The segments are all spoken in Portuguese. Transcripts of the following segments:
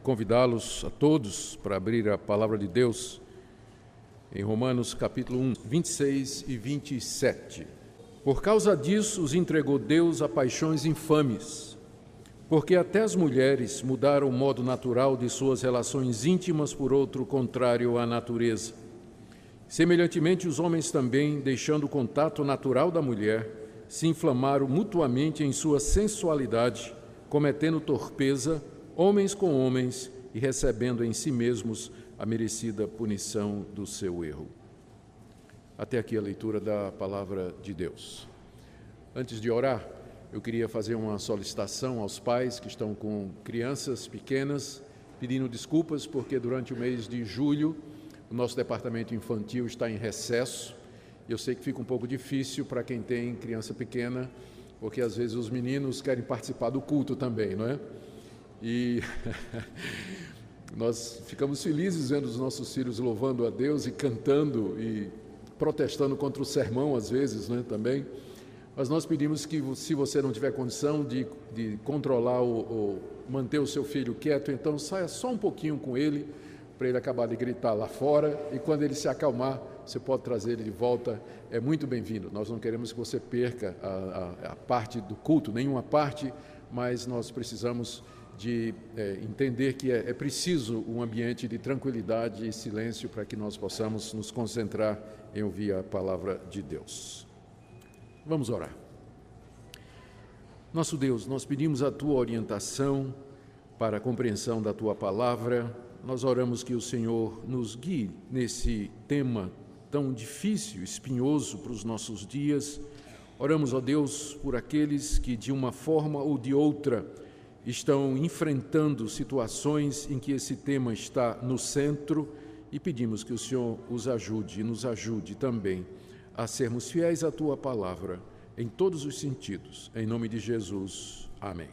Convidá-los a todos para abrir a palavra de Deus em Romanos capítulo 1, 26 e 27. Por causa disso os entregou Deus a paixões infames, porque até as mulheres mudaram o modo natural de suas relações íntimas por outro contrário à natureza. Semelhantemente, os homens também, deixando o contato natural da mulher, se inflamaram mutuamente em sua sensualidade, cometendo torpeza, homens com homens, e recebendo em si mesmos a merecida punição do seu erro. Até aqui a leitura da palavra de Deus. Antes de orar, eu queria fazer uma solicitação aos pais que estão com crianças pequenas, pedindo desculpas porque durante o mês de julho o nosso departamento infantil está em recesso. Eu sei que fica um pouco difícil para quem tem criança pequena, porque às vezes os meninos querem participar do culto também, não é? E nós ficamos felizes vendo os nossos filhos louvando a Deus e cantando e protestando contra o sermão às vezes, né, também. Mas nós pedimos que, se você não tiver condição de controlar ou manter o seu filho quieto, então saia só um pouquinho com ele, para ele acabar de gritar lá fora, e quando ele se acalmar, você pode trazer ele de volta, é muito bem-vindo. Nós não queremos que você perca a parte do culto, nenhuma parte, mas nós precisamos de entender que é preciso um ambiente de tranquilidade e silêncio para que nós possamos nos concentrar em ouvir a palavra de Deus. Vamos orar. Nosso Deus, nós pedimos a Tua orientação para a compreensão da Tua palavra. Nós oramos que o Senhor nos guie nesse tema tão difícil, espinhoso para os nossos dias. Oramos, ó Deus, por aqueles que de uma forma ou de outra estão enfrentando situações em que esse tema está no centro e pedimos que o Senhor os ajude e nos ajude também a sermos fiéis à Tua palavra em todos os sentidos. Em nome de Jesus. Amém.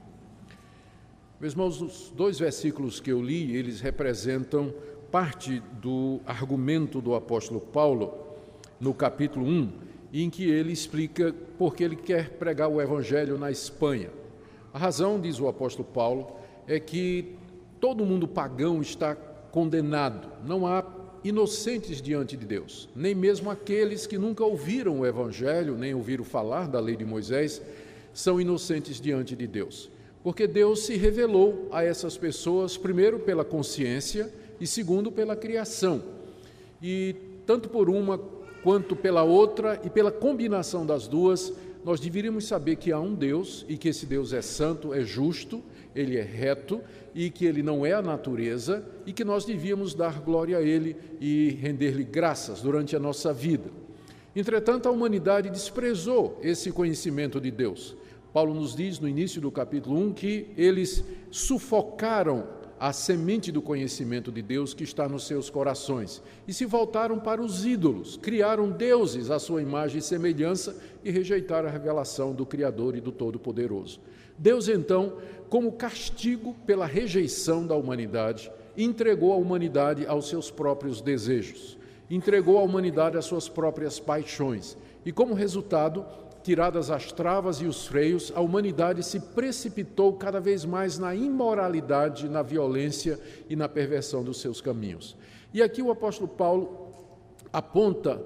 Meus irmãos, os dois versículos que eu li, eles representam parte do argumento do apóstolo Paulo no capítulo 1, em que ele explica por que ele quer pregar o evangelho na Espanha. A razão, diz o apóstolo Paulo, é que todo mundo pagão está condenado. Não há inocentes diante de Deus, nem mesmo aqueles que nunca ouviram o evangelho, nem ouviram falar da lei de Moisés, são inocentes diante de Deus. Porque Deus se revelou a essas pessoas, primeiro pela consciência e segundo pela criação. E tanto por uma quanto pela outra e pela combinação das duas, nós deveríamos saber que há um Deus e que esse Deus é santo, é justo, Ele é reto e que Ele não é a natureza e que nós devíamos dar glória a Ele e render-lhe graças durante a nossa vida. Entretanto, a humanidade desprezou esse conhecimento de Deus. Paulo nos diz no início do capítulo 1 que eles sufocaram a semente do conhecimento de Deus que está nos seus corações e se voltaram para os ídolos, criaram deuses à sua imagem e semelhança e rejeitaram a revelação do Criador e do Todo-Poderoso. Deus, então, como castigo pela rejeição da humanidade, entregou a humanidade aos seus próprios desejos, entregou a humanidade às suas próprias paixões e, como resultado, tiradas as travas e os freios, a humanidade se precipitou cada vez mais na imoralidade, na violência e na perversão dos seus caminhos. E aqui o apóstolo Paulo aponta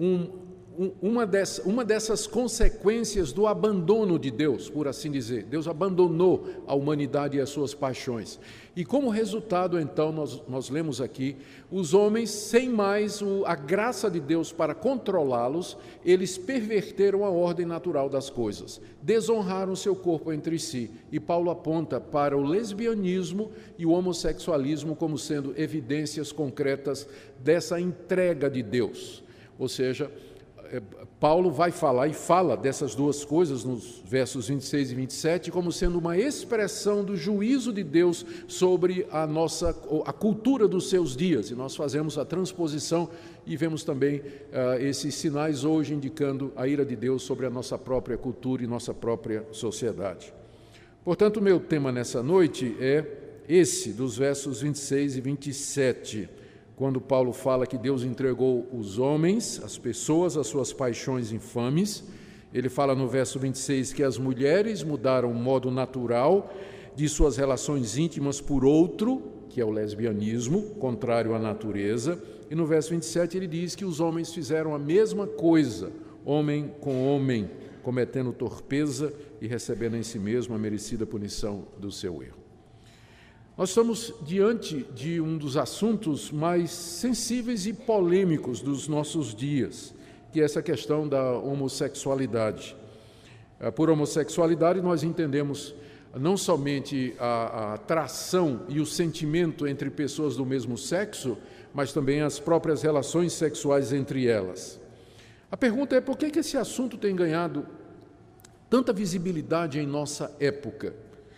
uma dessas consequências do abandono de Deus, por assim dizer. Deus abandonou a humanidade e as suas paixões. E como resultado, então, nós lemos aqui, os homens, sem mais a graça de Deus para controlá-los, eles perverteram a ordem natural das coisas, desonraram seu corpo entre si. E Paulo aponta para o lesbianismo e o homossexualismo como sendo evidências concretas dessa entrega de Deus. Ou seja, Paulo vai falar e fala dessas duas coisas nos versos 26 e 27 como sendo uma expressão do juízo de Deus sobre a cultura dos seus dias. E nós fazemos a transposição e vemos também esses sinais hoje indicando a ira de Deus sobre a nossa própria cultura e nossa própria sociedade. Portanto, o meu tema nessa noite é esse, dos versos 26 e 27. Quando Paulo fala que Deus entregou os homens, as pessoas, às suas paixões infames, ele fala no verso 26 que as mulheres mudaram o modo natural de suas relações íntimas por outro, que é o lesbianismo, contrário à natureza. E no verso 27 ele diz que os homens fizeram a mesma coisa, homem com homem, cometendo torpeza e recebendo em si mesmo a merecida punição do seu erro. Nós estamos diante de um dos assuntos mais sensíveis e polêmicos dos nossos dias, que é essa questão da homossexualidade. Por homossexualidade nós entendemos não somente a atração e o sentimento entre pessoas do mesmo sexo, mas também as próprias relações sexuais entre elas. A pergunta é por que esse assunto tem ganhado tanta visibilidade em nossa época?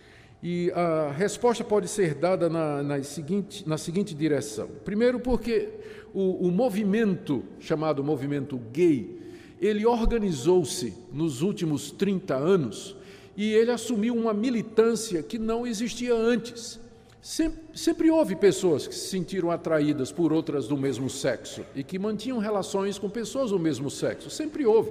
E a resposta pode ser dada na seguinte direção. Primeiro, porque o movimento, chamado movimento gay, ele organizou-se nos últimos 30 anos e ele assumiu uma militância que não existia antes. Sempre houve pessoas que se sentiram atraídas por outras do mesmo sexo e que mantinham relações com pessoas do mesmo sexo. Sempre houve.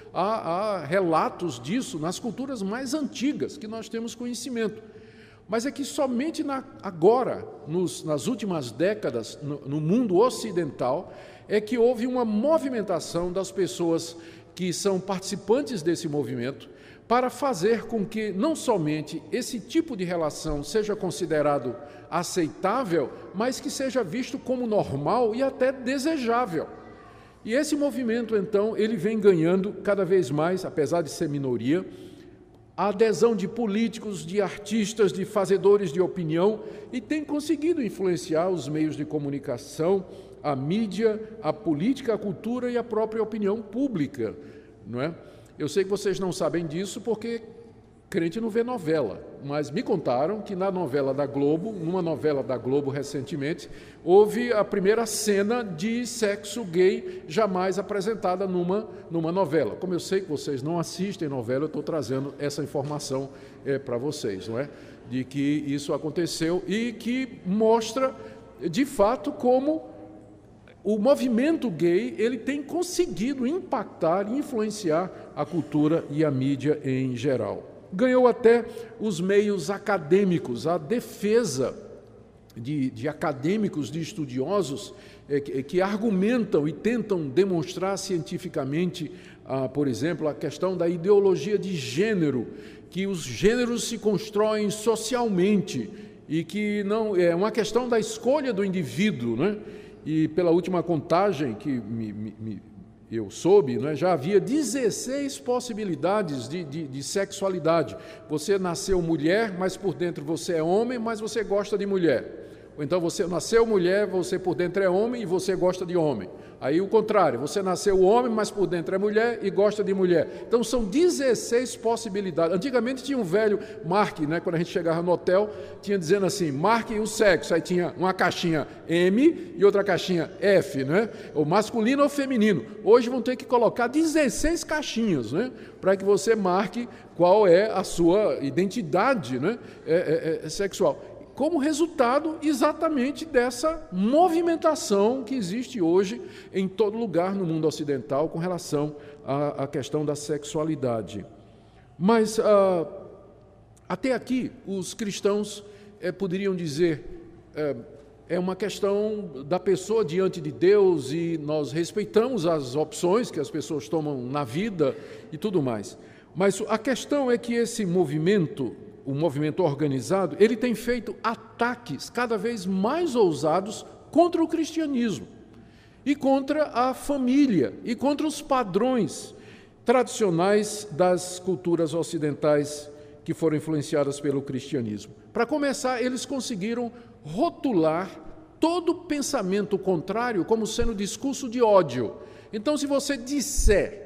Há relatos disso nas culturas mais antigas que nós temos conhecimento. Mas é que somente agora, nas últimas décadas, no mundo ocidental, é que houve uma movimentação das pessoas que são participantes desse movimento para fazer com que não somente esse tipo de relação seja considerado aceitável, mas que seja visto como normal e até desejável. E esse movimento, então, ele vem ganhando cada vez mais, apesar de ser minoria, a adesão de políticos, de artistas, de fazedores de opinião e tem conseguido influenciar os meios de comunicação, a mídia, a política, a cultura e a própria opinião pública, não é? Eu sei que vocês não sabem disso porque crente não vê novela, mas me contaram que na novela da Globo, numa novela da Globo recentemente, houve a primeira cena de sexo gay jamais apresentada numa novela. Como eu sei que vocês não assistem novela, eu estou trazendo essa informação para vocês, não é? De que isso aconteceu e que mostra, de fato, como o movimento gay ele tem conseguido impactar e influenciar a cultura e a mídia em geral. Ganhou até os meios acadêmicos, a defesa de acadêmicos, de estudiosos que argumentam e tentam demonstrar cientificamente, por exemplo, a questão da ideologia de gênero, que os gêneros se constroem socialmente e que não é uma questão da escolha do indivíduo, né? E pela última contagem que eu soube, né, já havia 16 possibilidades de sexualidade. Você nasceu mulher, mas por dentro você é homem, mas você gosta de mulher. Ou então você nasceu mulher, você por dentro é homem e você gosta de homem. Aí o contrário, você nasceu homem, mas por dentro é mulher e gosta de mulher. Então são 16 possibilidades. Antigamente tinha um velho marque, né, quando a gente chegava no hotel, tinha dizendo assim, marque o sexo. Aí tinha uma caixinha M e outra caixinha F, né? Ou masculino ou feminino. Hoje vão ter que colocar 16 caixinhas, né, para que você marque qual é a sua identidade, né, sexual. Como resultado exatamente dessa movimentação que existe hoje em todo lugar no mundo ocidental com relação à questão da sexualidade. Mas até aqui os cristãos poderiam dizer é uma questão da pessoa diante de Deus e nós respeitamos as opções que as pessoas tomam na vida e tudo mais. Mas a questão é que esse movimento, o movimento organizado, ele tem feito ataques cada vez mais ousados contra o cristianismo e contra a família e contra os padrões tradicionais das culturas ocidentais que foram influenciadas pelo cristianismo. Para começar, eles conseguiram rotular todo pensamento contrário como sendo discurso de ódio. Então, se você disser,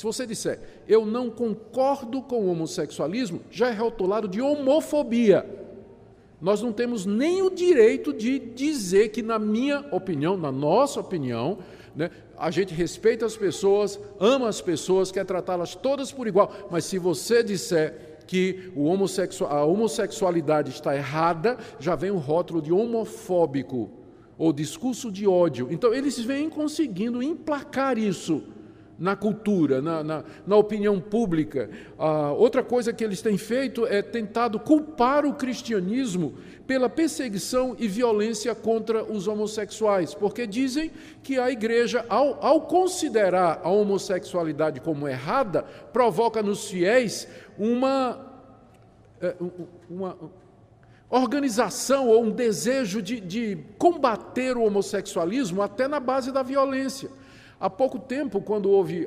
eu não concordo com o homossexualismo, já é rotulado de homofobia. Nós não temos nem o direito de dizer que, na minha opinião, na nossa opinião, né, a gente respeita as pessoas, ama as pessoas, quer tratá-las todas por igual, mas se você disser que a homossexualidade está errada, já vem o rótulo de homofóbico ou discurso de ódio. Então, eles vêm conseguindo emplacar isso na cultura, na opinião pública. Outra coisa que eles têm feito é tentado culpar o cristianismo pela perseguição e violência contra os homossexuais, porque dizem que a igreja, ao considerar a homossexualidade como errada, provoca nos fiéis uma organização ou um desejo de combater o homossexualismo até na base da violência. Há pouco tempo, quando houve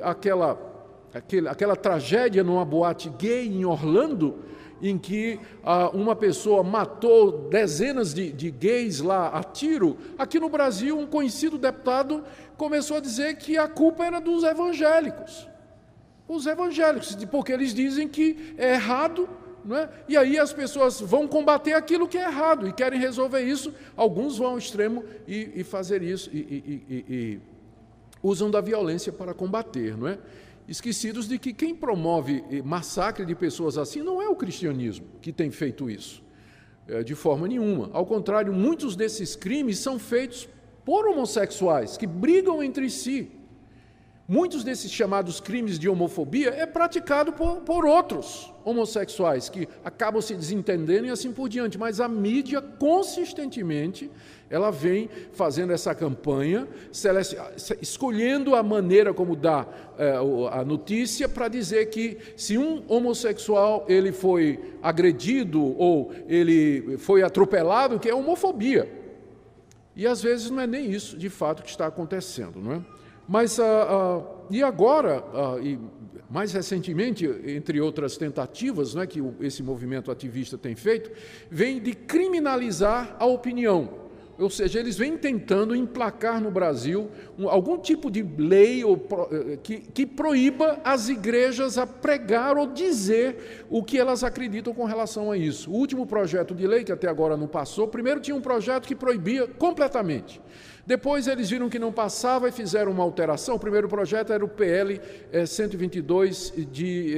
aquela tragédia numa boate gay em Orlando, em que uma pessoa matou dezenas de gays lá a tiro, aqui no Brasil um conhecido deputado começou a dizer que a culpa era dos evangélicos. Os evangélicos, porque eles dizem que é errado, não é? E aí as pessoas vão combater aquilo que é errado e querem resolver isso. Alguns vão ao extremo e fazer isso e usam da violência para combater, não é? Esquecidos de que quem promove massacre de pessoas assim não é o cristianismo que tem feito isso, de forma nenhuma. Ao contrário, muitos desses crimes são feitos por homossexuais que brigam entre si. Muitos desses chamados crimes de homofobia é praticado por outros homossexuais que acabam se desentendendo e assim por diante. Mas a mídia, consistentemente, ela vem fazendo essa campanha, escolhendo a maneira como dá a notícia para dizer que se um homossexual ele foi agredido ou ele foi atropelado, que é homofobia. E às vezes não é nem isso, de fato, que está acontecendo, não é? Mas, e agora, e mais recentemente, entre outras tentativas, né, que esse movimento ativista tem feito, vem de criminalizar a opinião. Ou seja, eles vêm tentando emplacar no Brasil algum tipo de lei que proíba as igrejas a pregar ou dizer o que elas acreditam com relação a isso. O último projeto de lei, que até agora não passou, primeiro tinha um projeto que proibia completamente. Depois eles viram que não passava e fizeram uma alteração. O primeiro projeto era o PL 122 de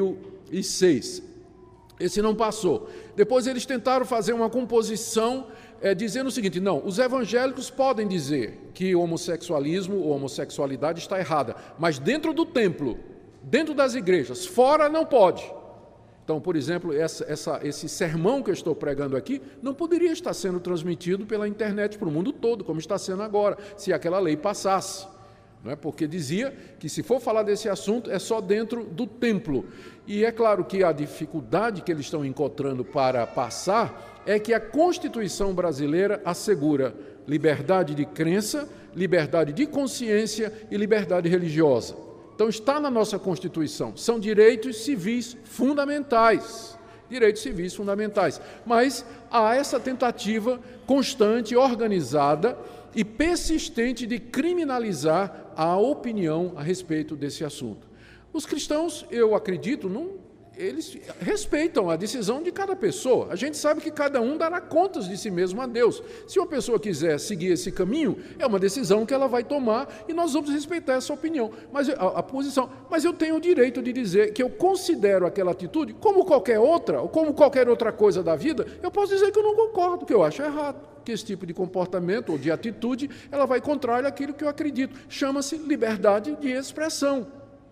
2006. Esse não passou. Depois eles tentaram fazer uma composição dizendo o seguinte: não, os evangélicos podem dizer que o homossexualismo ou homossexualidade está errada, mas dentro do templo, dentro das igrejas, fora não pode. Então, por exemplo, esse sermão que eu estou pregando aqui não poderia estar sendo transmitido pela internet para o mundo todo, como está sendo agora, se aquela lei passasse. Não é? Porque dizia que se for falar desse assunto é só dentro do templo. E é claro que a dificuldade que eles estão encontrando para passar é que a Constituição brasileira assegura liberdade de crença, liberdade de consciência e liberdade religiosa. Então está na nossa Constituição, são direitos civis fundamentais. Direitos civis fundamentais. Mas há essa tentativa constante, organizada e persistente de criminalizar a opinião a respeito desse assunto. Os cristãos, eu acredito, eles respeitam a decisão de cada pessoa. A gente sabe que cada um dará contas de si mesmo a Deus. Se uma pessoa quiser seguir esse caminho, é uma decisão que ela vai tomar e nós vamos respeitar essa opinião, a posição. Mas eu tenho o direito de dizer que eu considero aquela atitude como qualquer outra, ou como qualquer outra coisa da vida. Eu posso dizer que eu não concordo, que eu acho errado, que esse tipo de comportamento ou de atitude, ela vai contrário àquilo que eu acredito. Chama-se liberdade de expressão,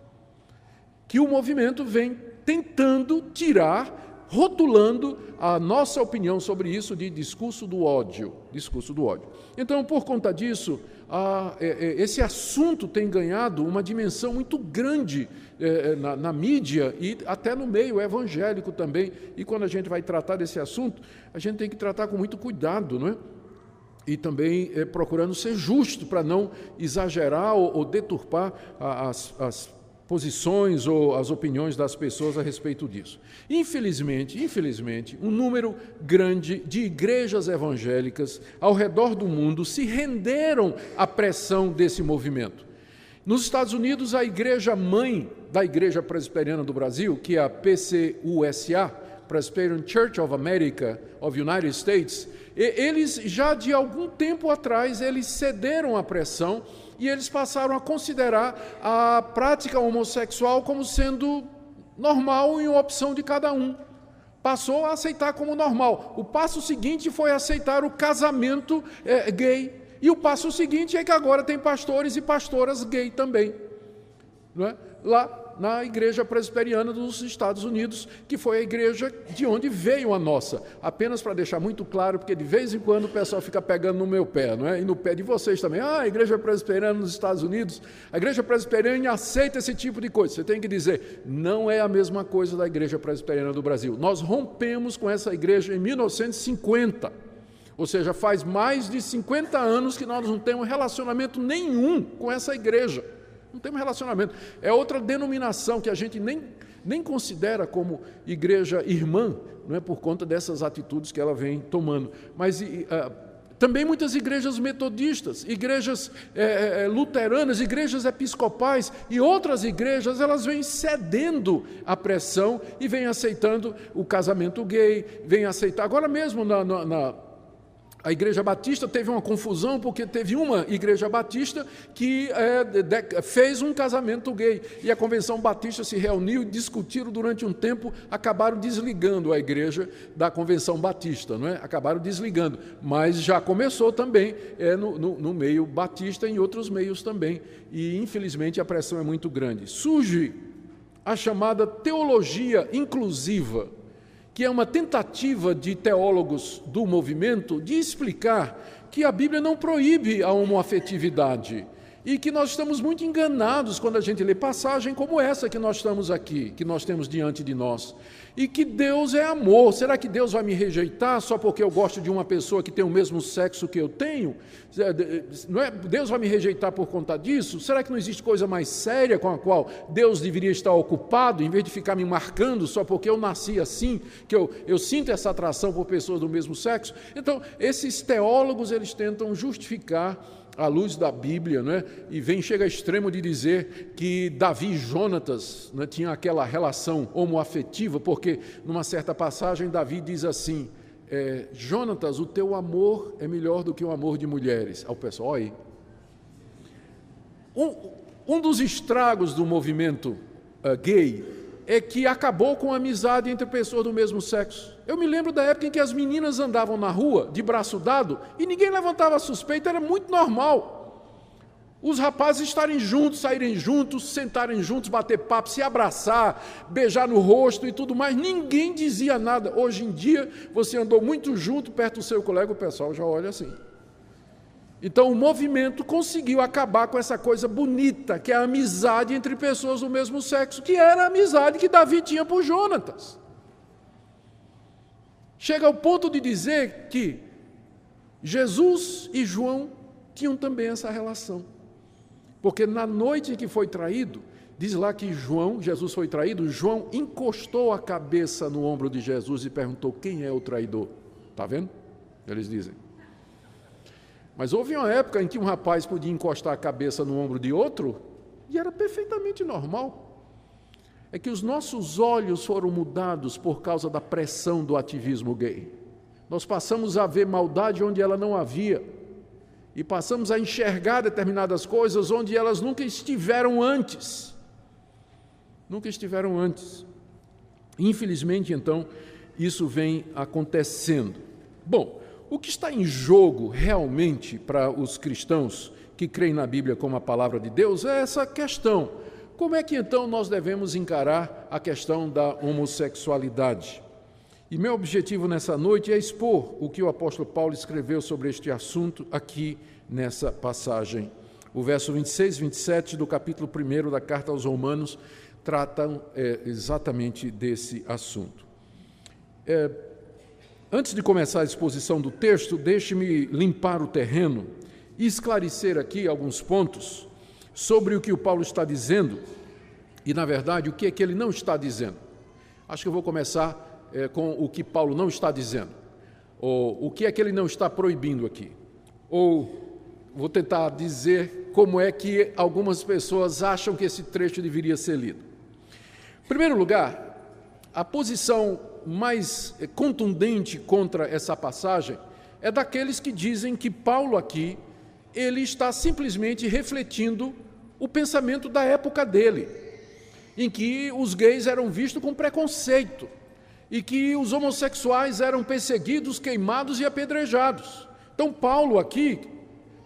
que o movimento vem tentando tirar, rotulando a nossa opinião sobre isso de discurso do ódio. Discurso do ódio. Então, por conta disso, esse assunto tem ganhado uma dimensão muito grande na mídia e até no meio evangélico também. E quando a gente vai tratar desse assunto, a gente tem que tratar com muito cuidado, não é? E também procurando ser justo para não exagerar ou deturpar as posições ou as opiniões das pessoas a respeito disso. Infelizmente, um número grande de igrejas evangélicas ao redor do mundo se renderam à pressão desse movimento. Nos Estados Unidos, a igreja mãe da Igreja Presbiteriana do Brasil, que é a PCUSA, Presbyterian Church of America, of United States, eles já de algum tempo atrás, eles cederam à pressão e eles passaram a considerar a prática homossexual como sendo normal e uma opção de cada um. Passou a aceitar como normal. O passo seguinte foi aceitar o casamento gay. E o passo seguinte é que agora tem pastores e pastoras gay também. não é? Lá na Igreja Presbiteriana dos Estados Unidos, que foi a igreja de onde veio a nossa. Apenas para deixar muito claro, porque de vez em quando o pessoal fica pegando no meu pé, não é? E no pé de vocês também. A Igreja Presbiteriana nos Estados Unidos, a Igreja Presbiteriana aceita esse tipo de coisa. Você tem que dizer, não é a mesma coisa da Igreja Presbiteriana do Brasil. Nós rompemos com essa igreja em 1950. Ou seja, faz mais de 50 anos que nós não temos relacionamento nenhum com essa igreja. Não temos relacionamento. É outra denominação que a gente nem considera como igreja irmã, não é, por conta dessas atitudes que ela vem tomando. Mas também muitas igrejas metodistas, igrejas luteranas, igrejas episcopais e outras igrejas, elas vêm cedendo à pressão e vêm aceitando o casamento gay, vêm aceitar. Agora mesmo a Igreja Batista teve uma confusão, porque teve uma Igreja Batista que fez um casamento gay, e a Convenção Batista se reuniu e discutiram durante um tempo, acabaram desligando a igreja da Convenção Batista, não é? Acabaram desligando, mas já começou também no meio batista e em outros meios também, e infelizmente a pressão é muito grande. Surge a chamada teologia inclusiva, que é uma tentativa de teólogos do movimento de explicar que a Bíblia não proíbe a homoafetividade e que nós estamos muito enganados quando a gente lê passagem como essa que nós estamos aqui, que nós temos diante de nós, e que Deus é amor. Será que Deus vai me rejeitar só porque eu gosto de uma pessoa que tem o mesmo sexo que eu tenho? Não é? Deus vai me rejeitar por conta disso? Será que não existe coisa mais séria com a qual Deus deveria estar ocupado, em vez de ficar me marcando só porque eu nasci assim, que eu sinto essa atração por pessoas do mesmo sexo? Então, esses teólogos, eles tentam justificar à luz da Bíblia, né? E chega ao extremo de dizer que Davi e Jonatas, né, tinham aquela relação homoafetiva, porque numa certa passagem Davi diz assim, Jonatas, o teu amor é melhor do que o amor de mulheres. Ao pessoal, olha aí. Um dos estragos do movimento gay é que acabou com a amizade entre pessoas do mesmo sexo. Eu me lembro da época em que as meninas andavam na rua, de braço dado, e ninguém levantava suspeita, era muito normal. Os rapazes estarem juntos, saírem juntos, sentarem juntos, bater papo, se abraçar, beijar no rosto e tudo mais, ninguém dizia nada. Hoje em dia, você andou muito junto, perto do seu colega, o pessoal já olha assim. Então, o movimento conseguiu acabar com essa coisa bonita, que é a amizade entre pessoas do mesmo sexo, que era a amizade que Davi tinha por Jonatas. Chega ao ponto de dizer que Jesus e João tinham também essa relação. Porque na noite em que foi traído, diz lá que Jesus foi traído, João encostou a cabeça no ombro de Jesus e perguntou, quem é o traidor? Está vendo? Eles dizem. Mas houve uma época em que um rapaz podia encostar a cabeça no ombro de outro e era perfeitamente normal. É que os nossos olhos foram mudados por causa da pressão do ativismo gay. Nós passamos a ver maldade onde ela não havia e passamos a enxergar determinadas coisas onde elas nunca estiveram antes. Nunca estiveram antes. Infelizmente, então, isso vem acontecendo. Bom, o que está em jogo realmente para os cristãos que creem na Bíblia como a palavra de Deus é essa questão. Como é que então nós devemos encarar a questão da homossexualidade? E meu objetivo nessa noite é expor o que o apóstolo Paulo escreveu sobre este assunto aqui nessa passagem. O verso 26 e 27 do capítulo 1 da carta aos Romanos tratam exatamente desse assunto. Antes de começar a exposição do texto, deixe-me limpar o terreno e esclarecer aqui alguns pontos sobre o que o Paulo está dizendo e, na verdade, o que é que ele não está dizendo. Acho que eu vou começar com o que Paulo não está dizendo, ou o que é que ele não está proibindo aqui, ou vou tentar dizer como é que algumas pessoas acham que esse trecho deveria ser lido. Em primeiro lugar, a posição mais contundente contra essa passagem é daqueles que dizem que Paulo aqui, ele está simplesmente refletindo o pensamento da época dele, em que os gays eram vistos com preconceito e que os homossexuais eram perseguidos, queimados e apedrejados. Então Paulo aqui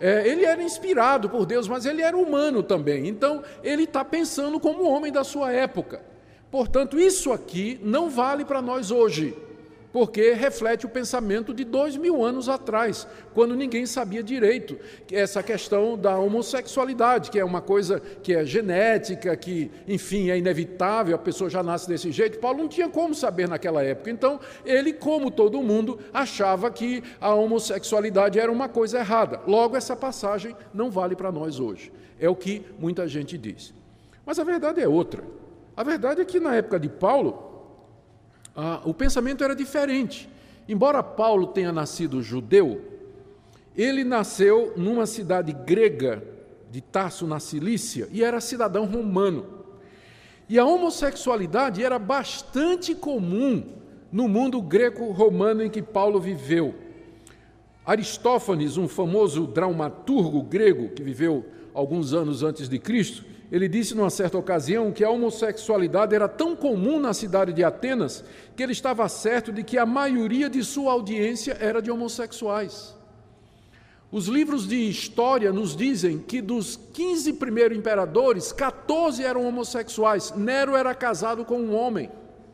Ele era inspirado por Deus, mas ele era humano também. Então, ele está pensando como homem da sua época. Portanto, isso aqui não vale para nós hoje, porque reflete o pensamento de 2000 anos atrás, quando ninguém sabia direito essa questão da homossexualidade, que é uma coisa que é genética, que, enfim, é inevitável, a pessoa já nasce desse jeito. Paulo não tinha como saber naquela época. Então, ele, como todo mundo, achava que a homossexualidade era uma coisa errada. Logo, essa passagem não vale para nós hoje. É o que muita gente diz. Mas a verdade é outra. A verdade é que, na época de Paulo, o pensamento era diferente. Embora Paulo tenha nascido judeu, ele nasceu numa cidade grega de Tarso, na Cilícia, e era cidadão romano. E a homossexualidade era bastante comum no mundo greco-romano em que Paulo viveu. Aristófanes, um famoso dramaturgo grego que viveu alguns anos antes de Cristo, ele disse numa certa ocasião que a homossexualidade era tão comum na cidade de Atenas que ele estava certo de que a maioria de sua audiência era de homossexuais. Os livros de história nos dizem que dos 15 primeiros imperadores, 14 eram homossexuais. Nero era casado com um homem.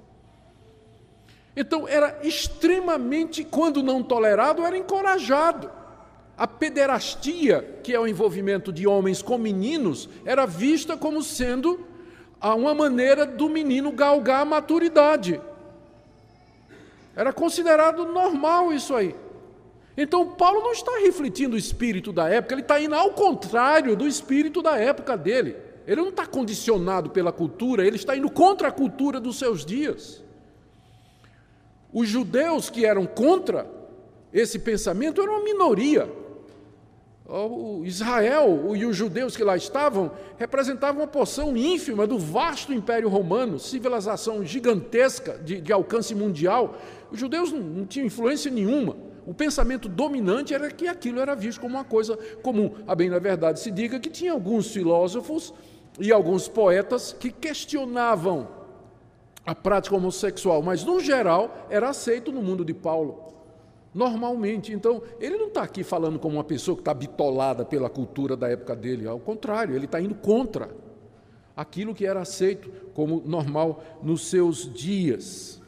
Então, era extremamente, quando não tolerado, era encorajado. A pederastia, que é o envolvimento de homens com meninos, era vista como sendo uma maneira do menino galgar a maturidade. Era considerado normal isso aí. Então, Paulo não está refletindo o espírito da época, ele está indo ao contrário do espírito da época dele. Ele não está condicionado pela cultura, ele está indo contra a cultura dos seus dias. Os judeus que eram contra esse pensamento eram uma minoria. O Israel e os judeus que lá estavam representavam uma porção ínfima do vasto Império Romano, civilização gigantesca de alcance mundial. Os judeus não tinham influência nenhuma. O pensamento dominante era que aquilo era visto como uma coisa comum. A bem da verdade se diga que tinha alguns filósofos e alguns poetas que questionavam a prática homossexual, mas no geral era aceito no mundo de Paulo. Normalmente, então, ele não está aqui falando como uma pessoa que está bitolada pela cultura da época dele, ao contrário, ele está indo contra aquilo que era aceito como normal nos seus dias.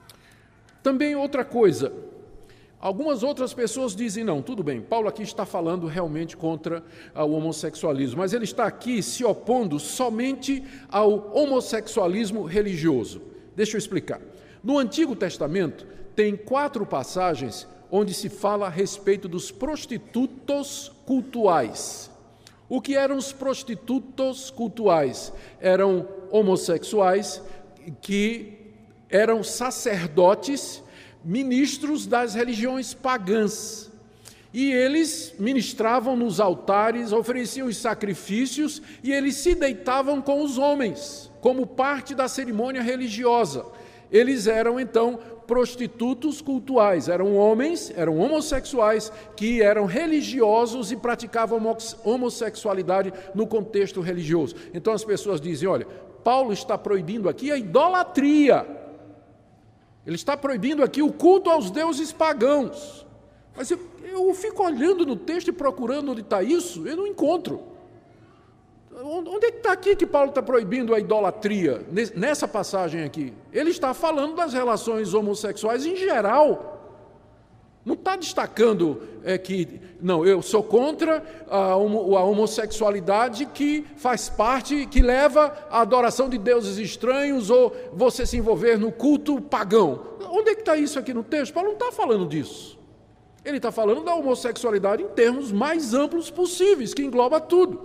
Também outra coisa, algumas outras pessoas dizem, não, tudo bem, Paulo aqui está falando realmente contra o homossexualismo, mas ele está aqui se opondo somente ao homossexualismo religioso. Deixa eu explicar. No Antigo Testamento, tem 4 passagens onde se fala a respeito dos prostitutos cultuais. O que eram os prostitutos cultuais? Eram homossexuais que eram sacerdotes, ministros das religiões pagãs. E eles ministravam nos altares, ofereciam os sacrifícios e eles se deitavam com os homens, como parte da cerimônia religiosa. Eles eram, então, prostitutos cultuais, eram homens, eram homossexuais que eram religiosos e praticavam homossexualidade no contexto religioso. Então as pessoas dizem, olha, Paulo está proibindo aqui a idolatria, ele está proibindo aqui o culto aos deuses pagãos. Mas eu fico olhando no texto e procurando onde está isso, eu não encontro. Onde é que está aqui que Paulo está proibindo a idolatria, nessa passagem aqui? Ele está falando das relações homossexuais em geral. Não está destacando que, não, eu sou contra a homossexualidade que faz parte, que leva à adoração de deuses estranhos ou você se envolver no culto pagão. Onde é que está isso aqui no texto? Paulo não está falando disso. Ele está falando da homossexualidade em termos mais amplos possíveis, que engloba tudo.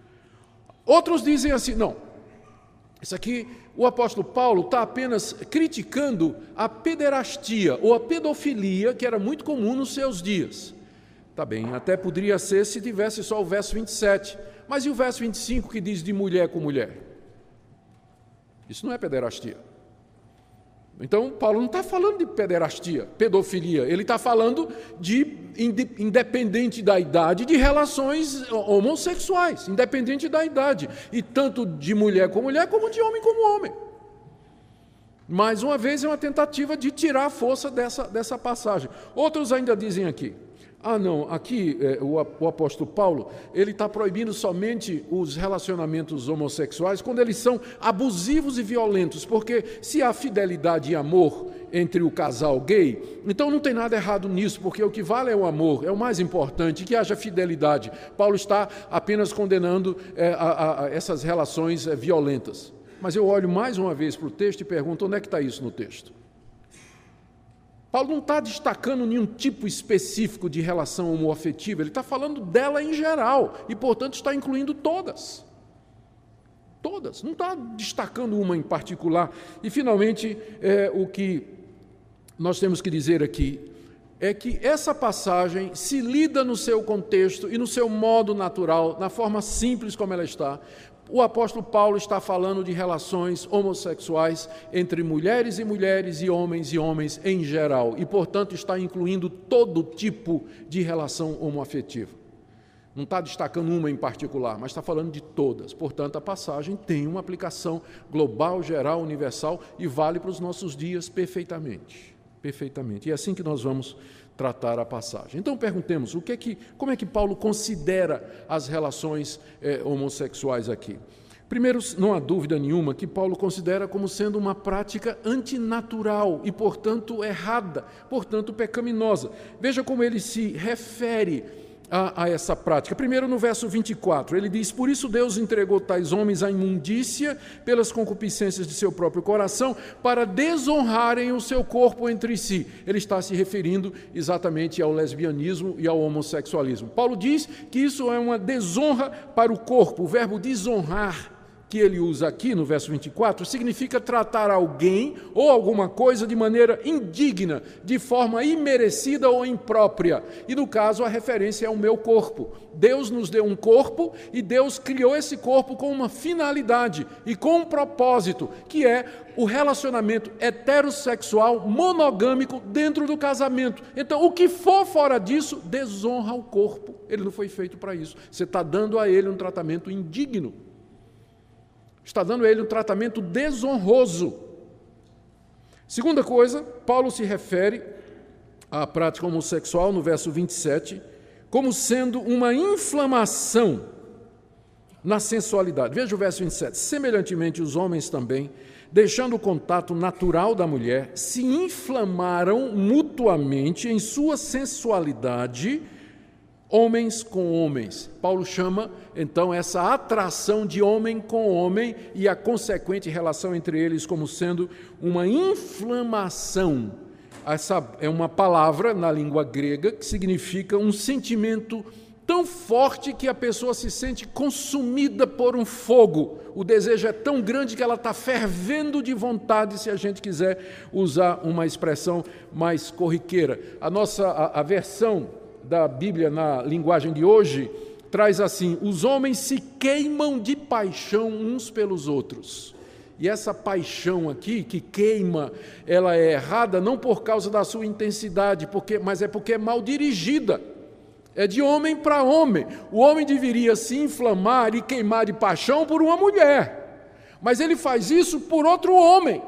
Outros dizem assim, não, isso aqui, o apóstolo Paulo está apenas criticando a pederastia ou a pedofilia, que era muito comum nos seus dias. Tá bem, até poderia ser se tivesse só o verso 27, mas e o verso 25 que diz de mulher com mulher? Isso não é pederastia. Então, Paulo não está falando de pederastia, pedofilia, ele está falando de, independente da idade, de relações homossexuais, independente da idade, e tanto de mulher com mulher, como de homem com homem. Mais uma vez, é uma tentativa de tirar a força dessa passagem. Outros ainda dizem aqui, Não, aqui o apóstolo Paulo, ele está proibindo somente os relacionamentos homossexuais quando eles são abusivos e violentos, porque se há fidelidade e amor entre o casal gay, então não tem nada errado nisso, porque o que vale é o amor, é o mais importante, que haja fidelidade. Paulo está apenas condenando essas relações violentas. Mas eu olho mais uma vez para o texto e pergunto, onde é que está isso no texto? Paulo não está destacando nenhum tipo específico de relação homoafetiva, ele está falando dela em geral e, portanto, está incluindo todas. Todas, não está destacando uma em particular. E, finalmente, o que nós temos que dizer aqui é que essa passagem se lida no seu contexto e no seu modo natural, na forma simples como ela está. O apóstolo Paulo está falando de relações homossexuais entre mulheres e homens em geral, e, portanto, está incluindo todo tipo de relação homoafetiva. Não está destacando uma em particular, mas está falando de todas. Portanto, a passagem tem uma aplicação global, geral, universal e vale para os nossos dias perfeitamente. Perfeitamente. E é assim que nós vamos tratar a passagem. Então, perguntemos, como é que Paulo considera as relações homossexuais aqui? Primeiro, não há dúvida nenhuma que Paulo considera como sendo uma prática antinatural e, portanto, errada, portanto, pecaminosa. Veja como ele se refere a essa prática. Primeiro, no verso 24, ele diz: por isso Deus entregou tais homens à imundícia pelas concupiscências de seu próprio coração, para desonrarem o seu corpo entre si. Ele está se referindo exatamente ao lesbianismo e ao homossexualismo. Paulo diz que isso é uma desonra para o corpo. O verbo desonrar, que ele usa aqui no verso 24, significa tratar alguém ou alguma coisa de maneira indigna, de forma imerecida ou imprópria. E, no caso, a referência é o meu corpo. Deus nos deu um corpo e Deus criou esse corpo com uma finalidade e com um propósito, que é o relacionamento heterossexual monogâmico dentro do casamento. Então, o que for fora disso, desonra o corpo. Ele não foi feito para isso. Você está dando a ele um tratamento indigno. Está dando a ele um tratamento desonroso. Segunda coisa, Paulo se refere à prática homossexual, no verso 27, como sendo uma inflamação na sensualidade. Veja o verso 27. Semelhantemente, os homens também, deixando o contato natural da mulher, se inflamaram mutuamente em sua sensualidade, homens com homens. Paulo chama, então, essa atração de homem com homem e a consequente relação entre eles como sendo uma inflamação. Essa é uma palavra na língua grega que significa um sentimento tão forte que a pessoa se sente consumida por um fogo. O desejo é tão grande que ela está fervendo de vontade, se a gente quiser usar uma expressão mais corriqueira. A versão da Bíblia na linguagem de hoje traz assim: os homens se queimam de paixão uns pelos outros. E essa paixão aqui, que queima, ela é errada não por causa da sua intensidade, mas é porque é mal dirigida. É de homem para homem. O homem deveria se inflamar e queimar de paixão por uma mulher, mas ele faz isso por outro homem.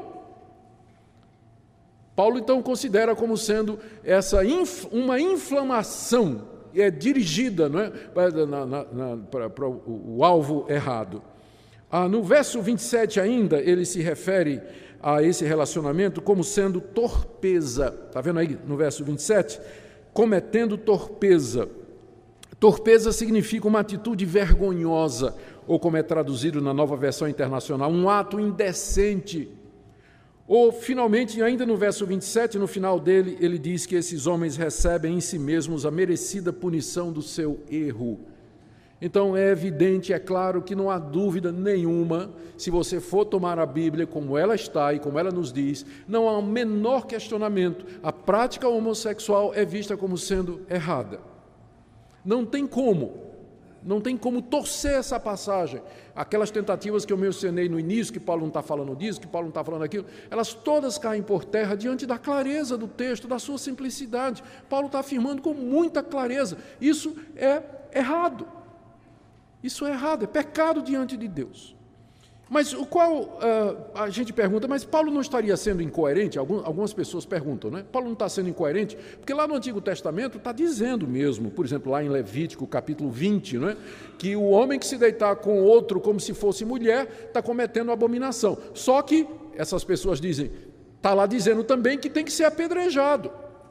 Paulo, então, considera como sendo uma inflamação, dirigida, não é, para o alvo errado. No verso 27 ainda, ele se refere a esse relacionamento como sendo torpeza. Está vendo aí no verso 27? Cometendo torpeza. Torpeza significa uma atitude vergonhosa, ou como é traduzido na Nova Versão Internacional, um ato indecente. Ou, finalmente, ainda no verso 27, no final dele, ele diz que esses homens recebem em si mesmos a merecida punição do seu erro. Então, é evidente, é claro que não há dúvida nenhuma, se você for tomar a Bíblia como ela está e como ela nos diz, não há o menor questionamento. A prática homossexual é vista como sendo errada. Não tem como torcer essa passagem. Aquelas tentativas que eu mencionei no início, que Paulo não está falando disso, que Paulo não está falando aquilo, elas todas caem por terra diante da clareza do texto, da sua simplicidade. Paulo está afirmando com muita clareza: isso é errado. Isso é errado, é pecado diante de Deus. Mas o qual, a gente pergunta, mas Paulo não estaria sendo incoerente? Algumas pessoas perguntam, né? Paulo não está sendo incoerente? Porque lá no Antigo Testamento está dizendo mesmo, por exemplo, lá em Levítico, capítulo 20, né? Que o homem que se deitar com outro como se fosse mulher está cometendo abominação. Só que essas pessoas dizem, está lá dizendo também que tem que ser apedrejado.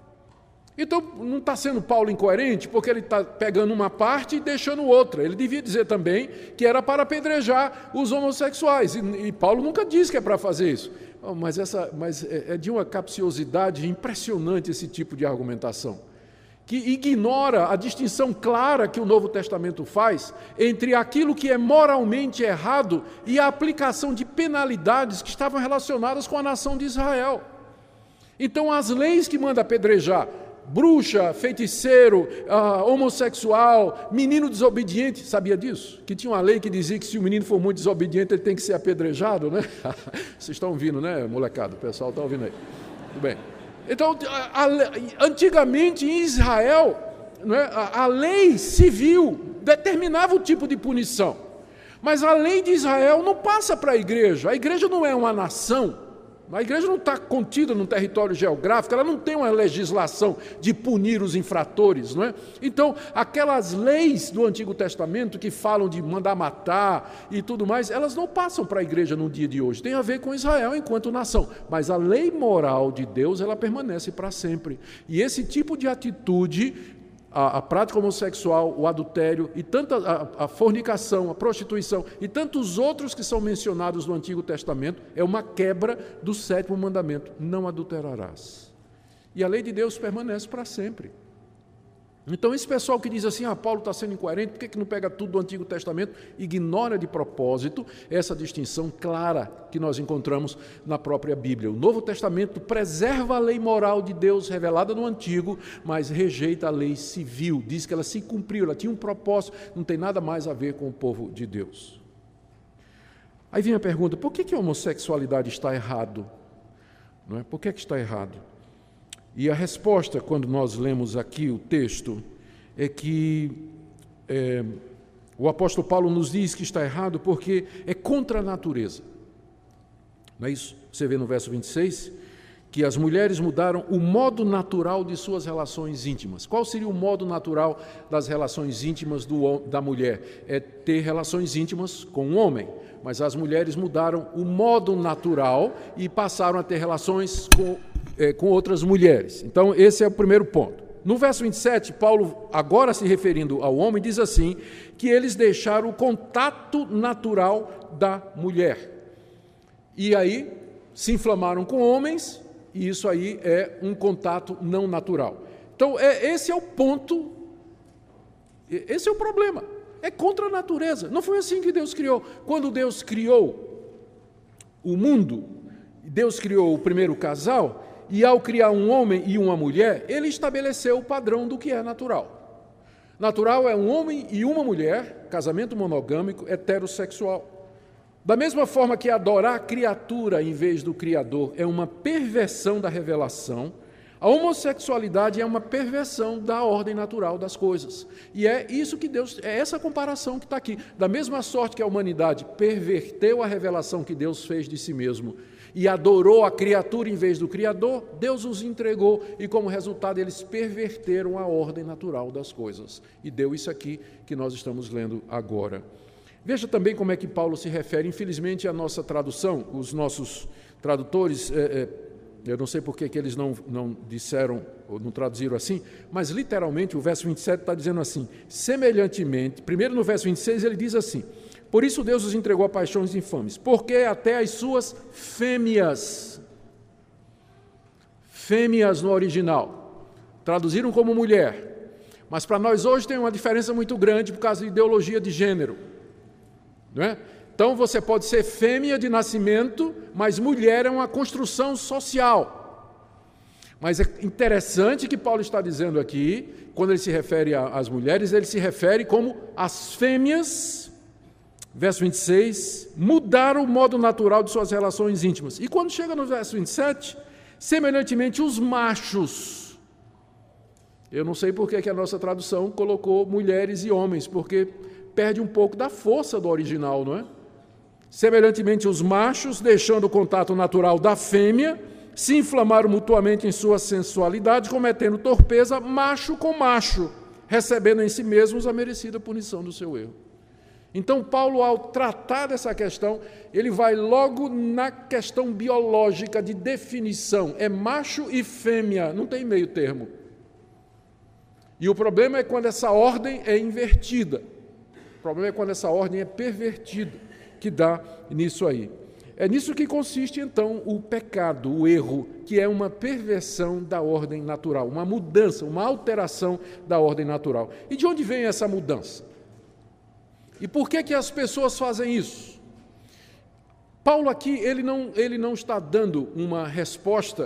Então, não está sendo Paulo incoerente, porque ele está pegando uma parte e deixando outra. Ele devia dizer também que era para apedrejar os homossexuais, e Paulo nunca disse que é para fazer isso. Mas é de uma capciosidade impressionante esse tipo de argumentação, que ignora a distinção clara que o Novo Testamento faz entre aquilo que é moralmente errado e a aplicação de penalidades que estavam relacionadas com a nação de Israel. Então, as leis que manda apedrejar bruxa, feiticeiro, homossexual, menino desobediente, sabia disso? Que tinha uma lei que dizia que se o menino for muito desobediente, ele tem que ser apedrejado, né? Vocês estão ouvindo, né, molecada? O pessoal está ouvindo aí. Tudo bem. Então, antigamente em Israel, né, a lei civil determinava o tipo de punição. Mas a lei de Israel não passa para a igreja. A igreja não é uma nação. A igreja não está contida num território geográfico, ela não tem uma legislação de punir os infratores, não é? Então, aquelas leis do Antigo Testamento que falam de mandar matar e tudo mais, elas não passam para a igreja no dia de hoje. Tem a ver com Israel enquanto nação. Mas a lei moral de Deus, ela permanece para sempre. E esse tipo de atitude, a prática homossexual, o adultério, e tanta a fornicação, a prostituição e tantos outros que são mencionados no Antigo Testamento, é uma quebra do 7º mandamento, não adulterarás. E a lei de Deus permanece para sempre. Então, esse pessoal que diz assim, Paulo está sendo incoerente, por que não pega tudo do Antigo Testamento? Ignora de propósito essa distinção clara que nós encontramos na própria Bíblia. O Novo Testamento preserva a lei moral de Deus revelada no Antigo, mas rejeita a lei civil, diz que ela se cumpriu, ela tinha um propósito, não tem nada mais a ver com o povo de Deus. Aí vem a pergunta, por que a homossexualidade está errado? Não é? Por que está errado? E a resposta, quando nós lemos aqui o texto, é que o apóstolo Paulo nos diz que está errado porque é contra a natureza. Não é isso? Você vê no verso 26 que as mulheres mudaram o modo natural de suas relações íntimas. Qual seria o modo natural das relações íntimas da mulher? É ter relações íntimas com um homem. Mas as mulheres mudaram o modo natural e passaram a ter relações com outras mulheres. Então, esse é o primeiro ponto. No verso 27, Paulo, agora se referindo ao homem, diz assim, que eles deixaram o contato natural da mulher. E aí, se inflamaram com homens, e isso aí é um contato não natural. Então, esse é o ponto, esse é o problema. É contra a natureza. Não foi assim que Deus criou. Quando Deus criou o mundo, Deus criou o primeiro casal, e ao criar um homem e uma mulher, ele estabeleceu o padrão do que é natural. Natural é um homem e uma mulher, casamento monogâmico, heterossexual. Da mesma forma que adorar a criatura em vez do Criador é uma perversão da revelação, a homossexualidade é uma perversão da ordem natural das coisas. E é isso que Deus, é essa comparação que está aqui. Da mesma sorte que a humanidade perverteu a revelação que Deus fez de si mesmo e adorou a criatura em vez do Criador, Deus os entregou e, como resultado, eles perverteram a ordem natural das coisas. E deu isso aqui que nós estamos lendo agora. Veja também como é que Paulo se refere, infelizmente, à nossa tradução, os nossos tradutores, eu não sei por que eles não disseram, ou não traduziram assim, mas literalmente o verso 27 está dizendo assim, semelhantemente, primeiro no verso 26 ele diz assim, por isso Deus os entregou a paixões infames, porque até as suas fêmeas no original, traduziram como mulher, mas para nós hoje tem uma diferença muito grande por causa da ideologia de gênero, não é? Então você pode ser fêmea de nascimento, mas mulher é uma construção social. Mas é interessante que Paulo está dizendo aqui, quando ele se refere às mulheres, ele se refere como as fêmeas, verso 26, mudaram o modo natural de suas relações íntimas. E quando chega no verso 27, semelhantemente os machos. Eu não sei por que a nossa tradução colocou mulheres e homens, porque perde um pouco da força do original, não é? Semelhantemente, os machos, deixando o contato natural da fêmea, se inflamaram mutuamente em sua sensualidade, cometendo torpeza macho com macho, recebendo em si mesmos a merecida punição do seu erro. Então, Paulo, ao tratar dessa questão, ele vai logo na questão biológica de definição. É macho e fêmea, não tem meio termo. E o problema é quando essa ordem é invertida. O problema é quando essa ordem é pervertida, que dá nisso aí. É nisso que consiste, então, o pecado, o erro, que é uma perversão da ordem natural, uma mudança, uma alteração da ordem natural. E de onde vem essa mudança? E por que as pessoas fazem isso? Paulo aqui, ele não está dando uma resposta,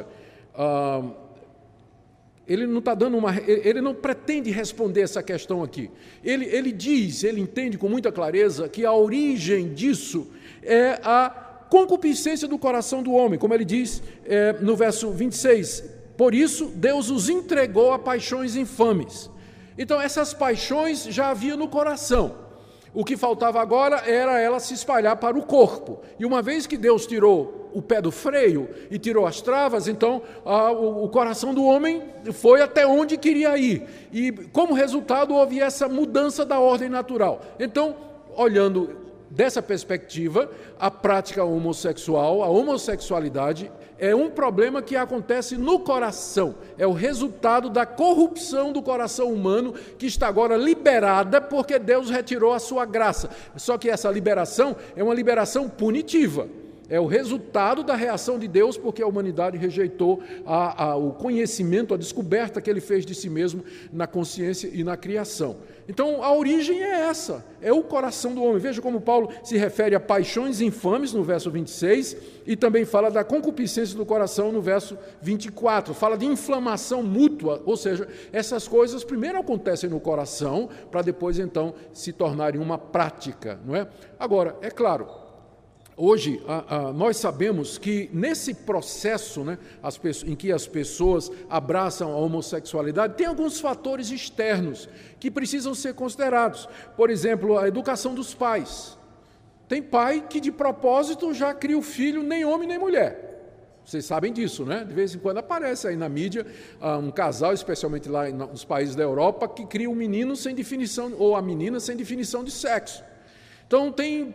ele não pretende responder essa questão aqui. Ele entende com muita clareza que a origem disso é a concupiscência do coração do homem, como ele diz no verso 26. Por isso, Deus os entregou a paixões infames. Então, essas paixões já havia no coração. O que faltava agora era ela se espalhar para o corpo. E uma vez que Deus tirou o pé do freio e tirou as travas, então o coração do homem foi até onde queria ir. E, como resultado, houve essa mudança da ordem natural. Então, olhando dessa perspectiva, a prática homossexual, a homossexualidade, é um problema que acontece no coração. É o resultado da corrupção do coração humano, que está agora liberada porque Deus retirou a sua graça. Só que essa liberação é uma liberação punitiva. É o resultado da reação de Deus, porque a humanidade rejeitou o conhecimento, a descoberta que ele fez de si mesmo na consciência e na criação. Então, a origem é essa, é o coração do homem. Veja como Paulo se refere a paixões infames, no verso 26, e também fala da concupiscência do coração, no verso 24. Fala de inflamação mútua, ou seja, essas coisas primeiro acontecem no coração, para depois, então, se tornarem uma prática, não é? Agora, é claro, hoje, nós sabemos que nesse processo, né, em que as pessoas abraçam a homossexualidade, tem alguns fatores externos que precisam ser considerados. Por exemplo, a educação dos pais. Tem pai que, de propósito, já cria o filho nem homem nem mulher. Vocês sabem disso, né? De vez em quando aparece aí na mídia um casal, especialmente lá nos países da Europa, que cria um menino sem definição, ou a menina sem definição de sexo. Então, tem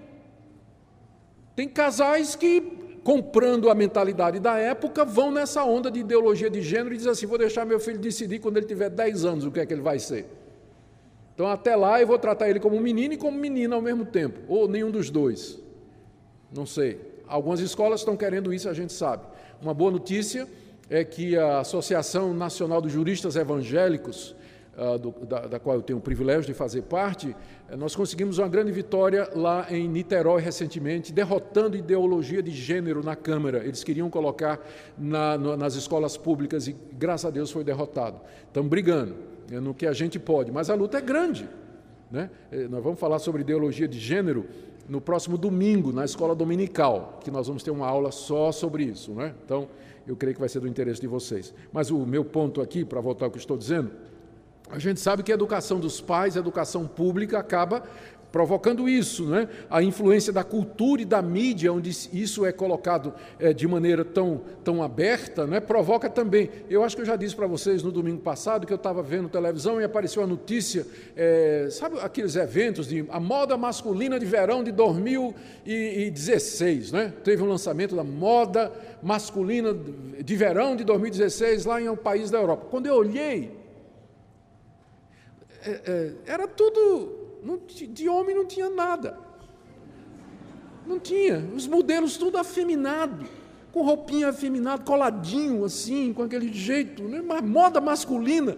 casais que, comprando a mentalidade da época, vão nessa onda de ideologia de gênero e dizem assim: vou deixar meu filho decidir quando ele tiver 10 anos o que é que ele vai ser. Então, até lá, eu vou tratar ele como menino e como menina ao mesmo tempo, ou nenhum dos dois. Não sei. Algumas escolas estão querendo isso, a gente sabe. Uma boa notícia é que a Associação Nacional dos Juristas Evangélicos, da qual eu tenho o privilégio de fazer parte, nós conseguimos uma grande vitória lá em Niterói recentemente, derrotando ideologia de gênero na Câmara. Eles queriam colocar nas escolas públicas e, graças a Deus, foi derrotado. Estamos brigando no que a gente pode, mas a luta é grande, né? Nós vamos falar sobre ideologia de gênero no próximo domingo, na escola dominical, que nós vamos ter uma aula só sobre isso, né? Então, eu creio que vai ser do interesse de vocês. Mas o meu ponto aqui, para voltar ao que estou dizendo, a gente sabe que a educação dos pais, a educação pública, acaba provocando isso, né? A influência da cultura e da mídia, onde isso é colocado de maneira tão aberta, né? Provoca também. Eu acho que eu já disse para vocês no domingo passado que eu estava vendo televisão e apareceu a notícia, sabe aqueles eventos de a moda masculina de verão de 2016, né? Teve um lançamento da moda masculina de verão de 2016 lá em um país da Europa. Quando eu olhei, era tudo, de homem não tinha nada, não tinha, os modelos tudo afeminado, com roupinha afeminada, coladinho assim, com aquele jeito, né? Uma moda masculina.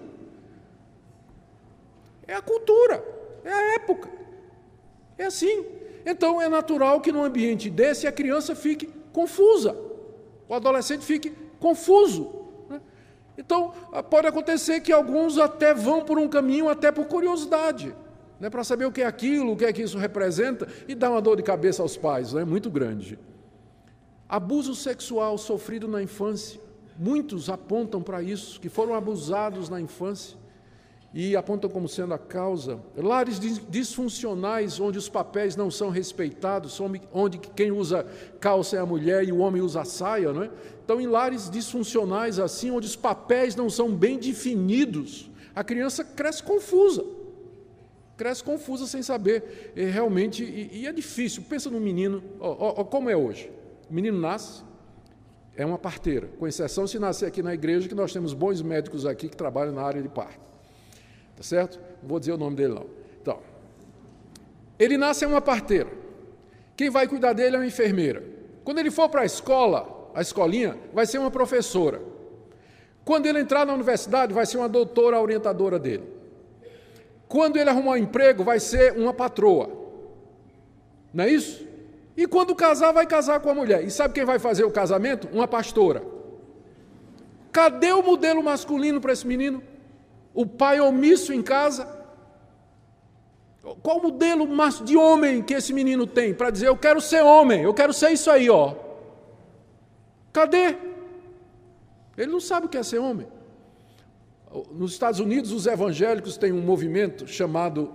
É a cultura, é a época, é assim. Então é natural que num ambiente desse a criança fique confusa, o adolescente fique confuso. Então, pode acontecer que alguns até vão por um caminho, até por curiosidade, né, para saber o que é aquilo, o que é que isso representa, e dá uma dor de cabeça aos pais, né, muito grande. Abuso sexual sofrido na infância, muitos apontam para isso, que foram abusados na infância, e apontam como sendo a causa. Lares disfuncionais, onde os papéis não são respeitados, onde quem usa calça é a mulher e o homem usa a saia, não é? Então, em lares disfuncionais assim, onde os papéis não são bem definidos, a criança cresce confusa sem saber realmente, e é difícil. Pensa no menino, como é hoje. O menino nasce, é uma parteira, com exceção se nascer aqui na igreja, que nós temos bons médicos aqui que trabalham na área de parto. Tá certo? Não vou dizer o nome dele, não. Então, ele nasce, é uma parteira. Quem vai cuidar dele é uma enfermeira. Quando ele for para a escolinha, vai ser uma professora. Quando ele entrar na universidade, vai ser uma doutora orientadora dele. Quando ele arrumar um emprego, vai ser uma patroa. Não é isso? E quando casar, vai casar com a mulher. E sabe quem vai fazer o casamento? Uma pastora. Cadê o modelo masculino para esse menino? O pai omisso em casa? Qual o modelo de homem que esse menino tem para dizer, eu quero ser homem, eu quero ser isso aí, ó. Cadê? Ele não sabe o que é ser homem. Nos Estados Unidos, os evangélicos têm um movimento chamado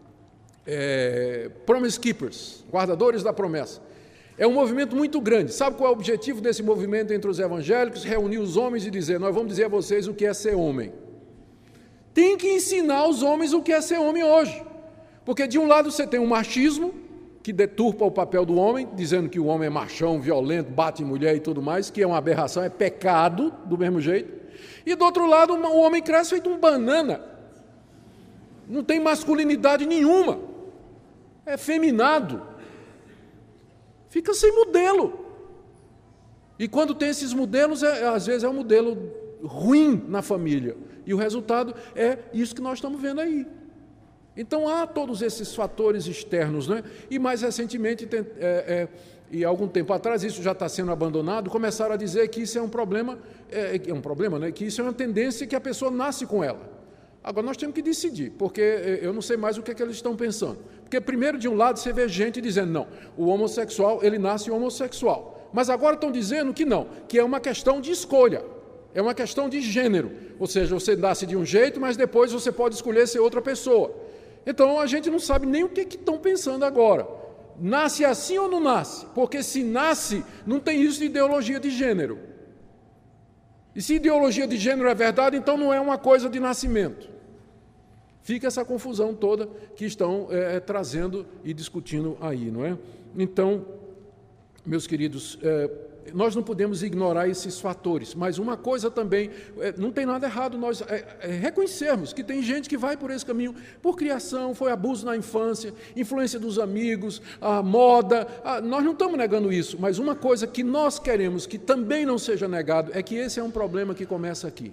Promise Keepers, guardadores da promessa. É um movimento muito grande. Sabe qual é o objetivo desse movimento entre os evangélicos? Reunir os homens e dizer, nós vamos dizer a vocês o que é ser homem. Tem que ensinar aos homens o que é ser homem hoje. Porque de um lado você tem o machismo, que deturpa o papel do homem, dizendo que o homem é machão, violento, bate em mulher e tudo mais, que é uma aberração, é pecado do mesmo jeito. E do outro lado, o homem cresce feito um banana. Não tem masculinidade nenhuma. É feminado. Fica sem modelo. E quando tem esses modelos, às vezes é um modelo ruim na família. E o resultado é isso que nós estamos vendo aí. Então, há todos esses fatores externos, né? E mais recentemente, e há algum tempo atrás, isso já está sendo abandonado, começaram a dizer que isso é um problema, né? Que isso é uma tendência que a pessoa nasce com ela. Agora, nós temos que decidir, porque eu não sei mais o que é que eles estão pensando. Porque, primeiro, de um lado, você vê gente dizendo, não, o homossexual, ele nasce homossexual. Mas agora estão dizendo que não, que é uma questão de escolha, é uma questão de gênero. Ou seja, você nasce de um jeito, mas depois você pode escolher ser outra pessoa. Então, a gente não sabe nem o que estão pensando agora. Nasce assim ou não nasce? Porque se nasce, não tem isso de ideologia de gênero. E se ideologia de gênero é verdade, então não é uma coisa de nascimento. Fica essa confusão toda que estão trazendo e discutindo aí, não é? Então, meus queridos, nós não podemos ignorar esses fatores, mas uma coisa também, não tem nada errado nós reconhecermos que tem gente que vai por esse caminho, por criação, foi abuso na infância, influência dos amigos, a moda, nós não estamos negando isso, mas uma coisa que nós queremos que também não seja negado é que esse é um problema que começa aqui.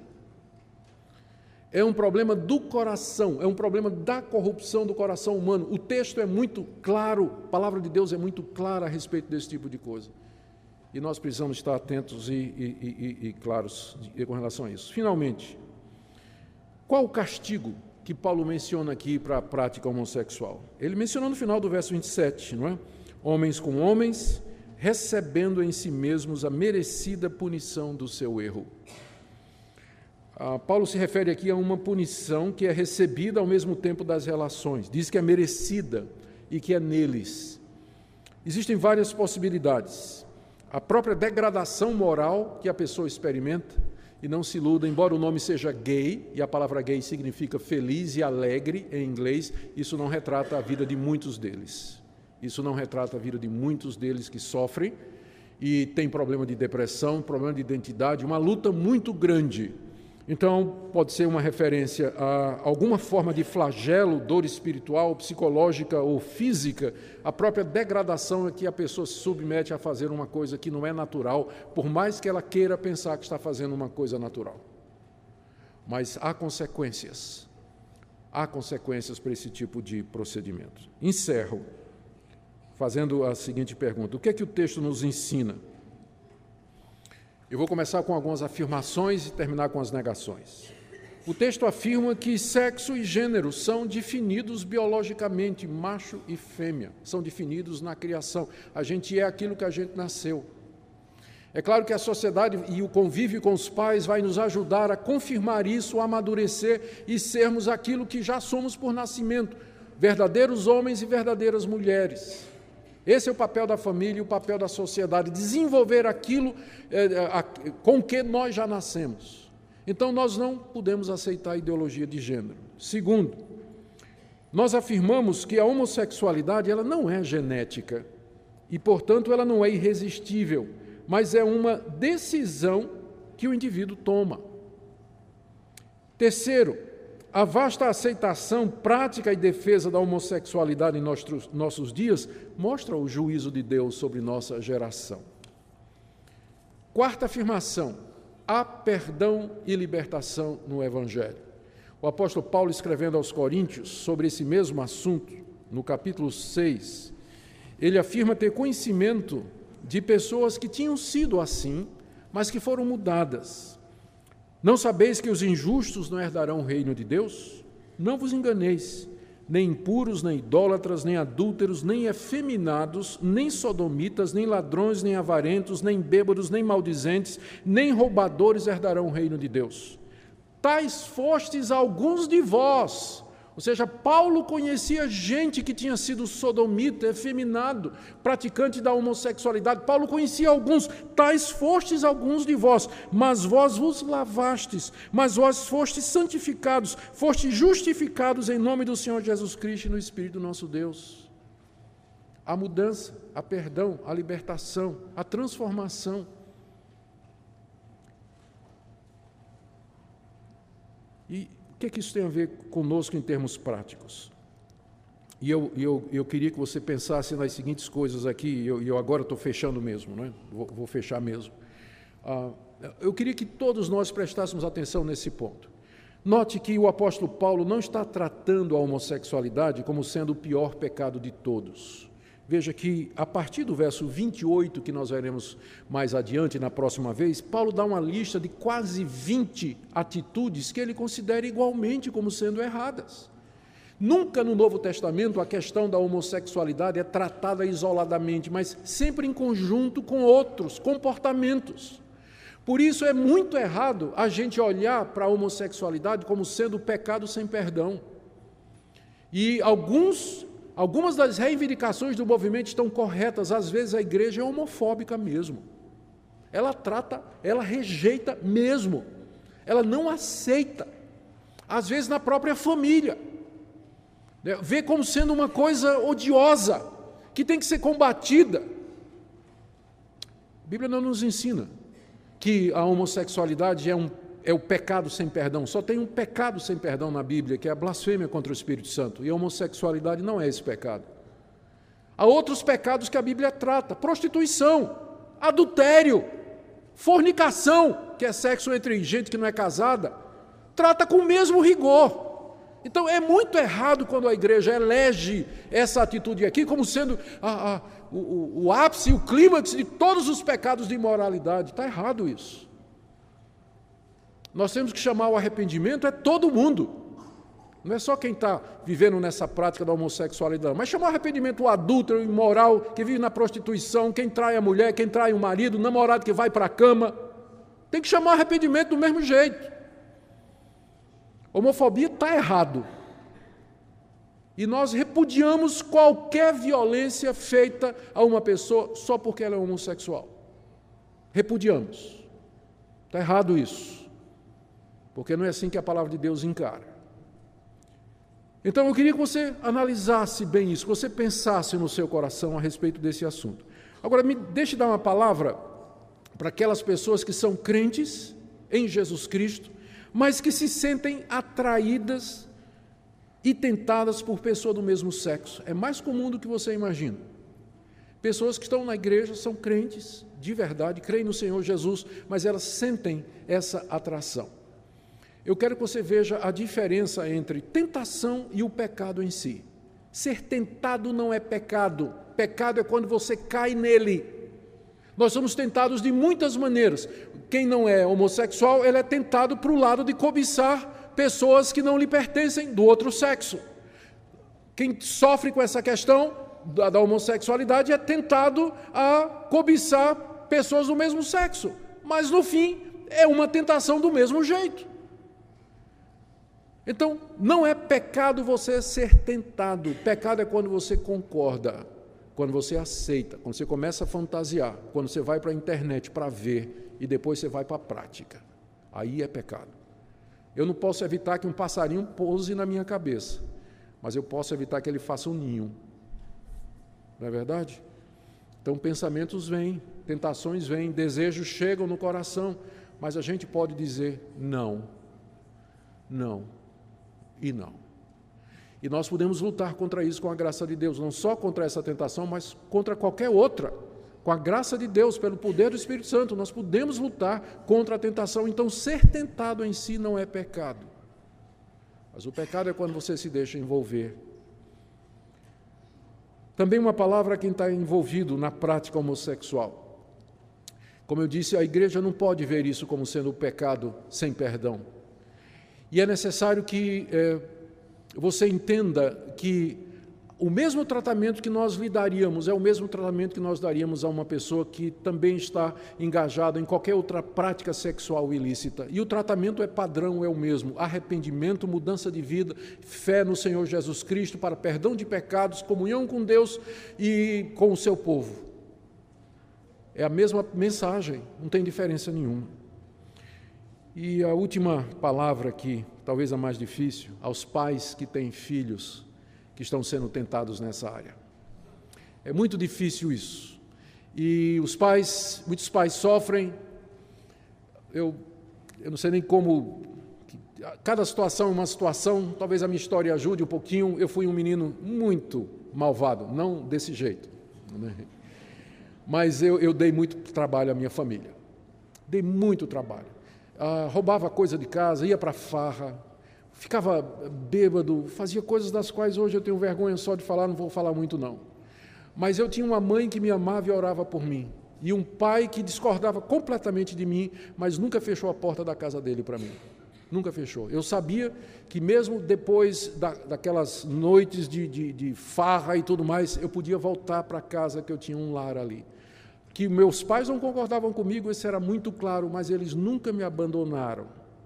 É um problema do coração, é um problema da corrupção do coração humano. O texto é muito claro, a palavra de Deus é muito clara a respeito desse tipo de coisa. E nós precisamos estar atentos e claros com relação a isso. Finalmente, qual o castigo que Paulo menciona aqui para a prática homossexual? Ele menciona no final do verso 27, não é? Homens com homens, recebendo em si mesmos a merecida punição do seu erro. Paulo se refere aqui a uma punição que é recebida ao mesmo tempo das relações. Diz que é merecida e que é neles. Existem várias possibilidades. A própria degradação moral que a pessoa experimenta, e não se iluda, embora o nome seja gay, e a palavra gay significa feliz e alegre em inglês, isso não retrata a vida de muitos deles. Isso não retrata a vida de muitos deles que sofrem e têm problema de depressão, problema de identidade, uma luta muito grande. Então, pode ser uma referência a alguma forma de flagelo, dor espiritual, psicológica ou física, a própria degradação é que a pessoa se submete a fazer uma coisa que não é natural, por mais que ela queira pensar que está fazendo uma coisa natural. Mas há consequências para esse tipo de procedimento. Encerro fazendo a seguinte pergunta: o que é que o texto nos ensina? Eu vou começar com algumas afirmações e terminar com as negações. O texto afirma que sexo e gênero são definidos biologicamente, macho e fêmea, são definidos na criação. A gente é aquilo que a gente nasceu. É claro que a sociedade e o convívio com os pais vai nos ajudar a confirmar isso, a amadurecer e sermos aquilo que já somos por nascimento, verdadeiros homens e verdadeiras mulheres. Esse é o papel da família e o papel da sociedade, desenvolver aquilo com que nós já nascemos. Então, nós não podemos aceitar a ideologia de gênero. Segundo, nós afirmamos que a homossexualidade ela não é genética e, portanto, ela não é irresistível, mas é uma decisão que o indivíduo toma. Terceiro, a vasta aceitação, prática e defesa da homossexualidade em nossos dias mostra o juízo de Deus sobre nossa geração. Quarta afirmação, há perdão e libertação no Evangelho. O apóstolo Paulo, escrevendo aos Coríntios sobre esse mesmo assunto, no capítulo 6, ele afirma ter conhecimento de pessoas que tinham sido assim, mas que foram mudadas. Não sabeis que os injustos não herdarão o reino de Deus? Não vos enganeis, nem impuros, nem idólatras, nem adúlteros, nem efeminados, nem sodomitas, nem ladrões, nem avarentos, nem bêbados, nem maldizentes, nem roubadores herdarão o reino de Deus. Tais fostes alguns de vós. Ou seja, Paulo conhecia gente que tinha sido sodomita, efeminado, praticante da homossexualidade. Paulo conhecia alguns, tais fostes alguns de vós, mas vós vos lavastes, mas vós fostes santificados, fostes justificados em nome do Senhor Jesus Cristo e no Espírito do nosso Deus. A mudança, a perdão, a libertação, a transformação. E o que isso tem a ver conosco em termos práticos? E eu queria que você pensasse nas seguintes coisas aqui, e eu agora estou fechando mesmo, não é? Vou fechar mesmo. Eu queria que todos nós prestássemos atenção nesse ponto. Note que o apóstolo Paulo não está tratando a homossexualidade como sendo o pior pecado de todos. Veja que, a partir do verso 28, que nós veremos mais adiante, na próxima vez, Paulo dá uma lista de quase 20 atitudes que ele considera igualmente como sendo erradas. Nunca no Novo Testamento a questão da homossexualidade é tratada isoladamente, mas sempre em conjunto com outros comportamentos. Por isso é muito errado a gente olhar para a homossexualidade como sendo pecado sem perdão. E algumas das reivindicações do movimento estão corretas, às vezes a igreja é homofóbica mesmo. Ela rejeita mesmo, ela não aceita, às vezes na própria família, vê como sendo uma coisa odiosa, que tem que ser combatida. A Bíblia não nos ensina que a homossexualidade é o pecado sem perdão. Só tem um pecado sem perdão na Bíblia, que é a blasfêmia contra o Espírito Santo. E a homossexualidade não é esse pecado. Há outros pecados que a Bíblia trata: prostituição, adultério, fornicação, que é sexo entre gente que não é casada, trata com o mesmo rigor. Então é muito errado quando a igreja elege essa atitude aqui como sendo o ápice, o clímax de todos os pecados de imoralidade. Está errado isso. Nós temos que chamar o arrependimento todo mundo. Não é só quem está vivendo nessa prática da homossexualidade, mas chamar o arrependimento o adúltero, o imoral, que vive na prostituição, quem trai a mulher, quem trai o marido, o namorado que vai para a cama. Tem que chamar o arrependimento do mesmo jeito. Homofobia está errado. E nós repudiamos qualquer violência feita a uma pessoa só porque ela é homossexual. Repudiamos. Está errado isso. Porque não é assim que a palavra de Deus encara. Então eu queria que você analisasse bem isso, que você pensasse no seu coração a respeito desse assunto. Agora, me deixe dar uma palavra para aquelas pessoas que são crentes em Jesus Cristo, mas que se sentem atraídas e tentadas por pessoa do mesmo sexo. É mais comum do que você imagina. Pessoas que estão na igreja, são crentes de verdade, creem no Senhor Jesus, mas elas sentem essa atração. Eu quero que você veja a diferença entre tentação e o pecado em si. Ser tentado não é pecado. Pecado é quando você cai nele. Nós somos tentados de muitas maneiras. Quem não é homossexual, ele é tentado para o lado de cobiçar pessoas que não lhe pertencem do outro sexo. Quem sofre com essa questão da homossexualidade é tentado a cobiçar pessoas do mesmo sexo, mas no fim é uma tentação do mesmo jeito. Então, não é pecado você ser tentado. Pecado é quando você concorda, quando você aceita, quando você começa a fantasiar, quando você vai para a internet para ver e depois você vai para a prática. Aí é pecado. Eu não posso evitar que um passarinho pouse na minha cabeça, mas eu posso evitar que ele faça um ninho. Não é verdade? Então, pensamentos vêm, tentações vêm, desejos chegam no coração, mas a gente pode dizer não, não e não. E nós podemos lutar contra isso com a graça de Deus, não só contra essa tentação, mas contra qualquer outra. Com a graça de Deus, pelo poder do Espírito Santo, nós podemos lutar contra a tentação. Então, ser tentado em si não é pecado. Mas o pecado é quando você se deixa envolver. Também uma palavra a quem está envolvido na prática homossexual. Como eu disse, a igreja não pode ver isso como sendo um pecado sem perdão. E é necessário que você entenda que o mesmo tratamento que nós lhe daríamos é o mesmo tratamento que nós daríamos a uma pessoa que também está engajada em qualquer outra prática sexual ilícita. E o tratamento é padrão, é o mesmo: arrependimento, mudança de vida, fé no Senhor Jesus Cristo para perdão de pecados, comunhão com Deus e com o seu povo. É a mesma mensagem, não tem diferença nenhuma. E a última palavra aqui, talvez a mais difícil, aos pais que têm filhos que estão sendo tentados nessa área. É muito difícil isso. E muitos pais sofrem. Eu não sei nem como. Cada situação é uma situação. Talvez a minha história ajude um pouquinho. Eu fui um menino muito malvado, não desse jeito, né? Mas eu dei muito trabalho à minha família. Dei muito trabalho. Roubava coisa de casa, ia para farra, ficava bêbado, fazia coisas das quais hoje eu tenho vergonha só de falar, não vou falar muito não. Mas eu tinha uma mãe que me amava e orava por mim, e um pai que discordava completamente de mim, mas nunca fechou a porta da casa dele para mim. Nunca fechou. Eu sabia que mesmo depois daquelas noites de farra e tudo mais, eu podia voltar para casa, que eu tinha um lar ali. Que meus pais não concordavam comigo, isso era muito claro, mas eles nunca me abandonaram.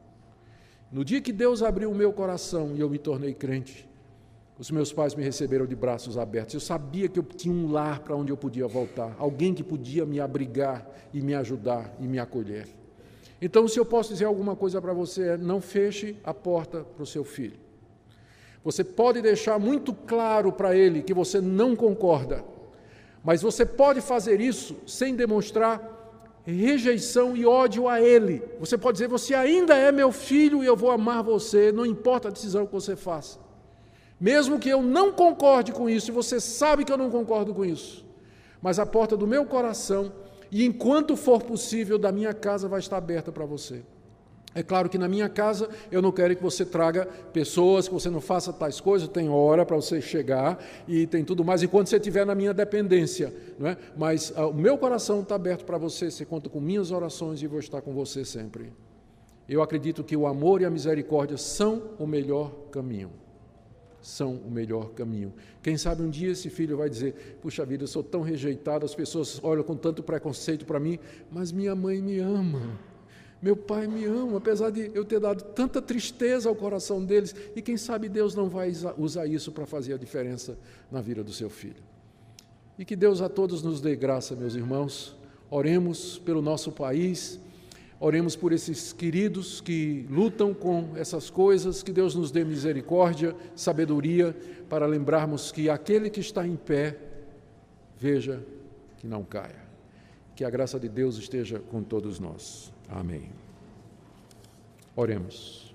No dia que Deus abriu o meu coração e eu me tornei crente, os meus pais me receberam de braços abertos. Eu sabia que eu tinha um lar para onde eu podia voltar, alguém que podia me abrigar e me ajudar e me acolher. Então, se eu posso dizer alguma coisa para você, não feche a porta para o seu filho. Você pode deixar muito claro para ele que você não concorda, mas você pode fazer isso sem demonstrar rejeição e ódio a ele. Você pode dizer: você ainda é meu filho e eu vou amar você, não importa a decisão que você faça. Mesmo que eu não concorde com isso, e você sabe que eu não concordo com isso, mas a porta do meu coração, e enquanto for possível, da minha casa vai estar aberta para você. É claro que na minha casa eu não quero que você traga pessoas, que você não faça tais coisas, tem hora para você chegar e tem tudo mais, enquanto você estiver na minha dependência, não é? Mas o meu coração está aberto para você, você conta com minhas orações e vou estar com você sempre. Eu acredito que o amor e a misericórdia são o melhor caminho. São o melhor caminho. Quem sabe um dia esse filho vai dizer: puxa vida, eu sou tão rejeitado, as pessoas olham com tanto preconceito para mim, mas minha mãe me ama. Meu pai me ama, apesar de eu ter dado tanta tristeza ao coração deles, e quem sabe Deus não vai usar isso para fazer a diferença na vida do seu filho. E que Deus a todos nos dê graça, meus irmãos. Oremos pelo nosso país, oremos por esses queridos que lutam com essas coisas, que Deus nos dê misericórdia, sabedoria, para lembrarmos que aquele que está em pé, veja que não caia. Que a graça de Deus esteja com todos nós. Amém. Oremos.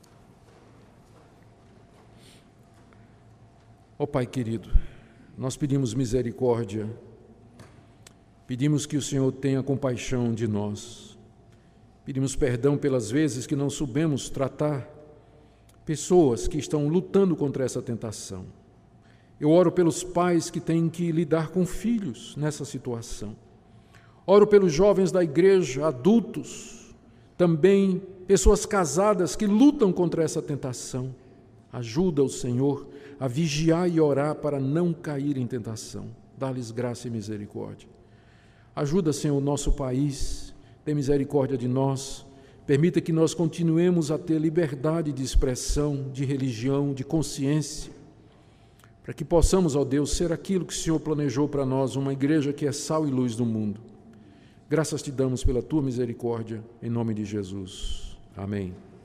Ó Pai querido, nós pedimos misericórdia, pedimos que o Senhor tenha compaixão de nós, pedimos perdão pelas vezes que não soubemos tratar pessoas que estão lutando contra essa tentação. Eu oro pelos pais que têm que lidar com filhos nessa situação. Oro pelos jovens da igreja, adultos, também pessoas casadas que lutam contra essa tentação. Ajuda o Senhor a vigiar e orar para não cair em tentação. Dá-lhes graça e misericórdia. Ajuda, Senhor, o nosso país, tem misericórdia de nós, permita que nós continuemos a ter liberdade de expressão, de religião, de consciência, para que possamos, ó Deus, ser aquilo que o Senhor planejou para nós, uma igreja que é sal e luz do mundo. Graças te damos pela tua misericórdia, em nome de Jesus. Amém.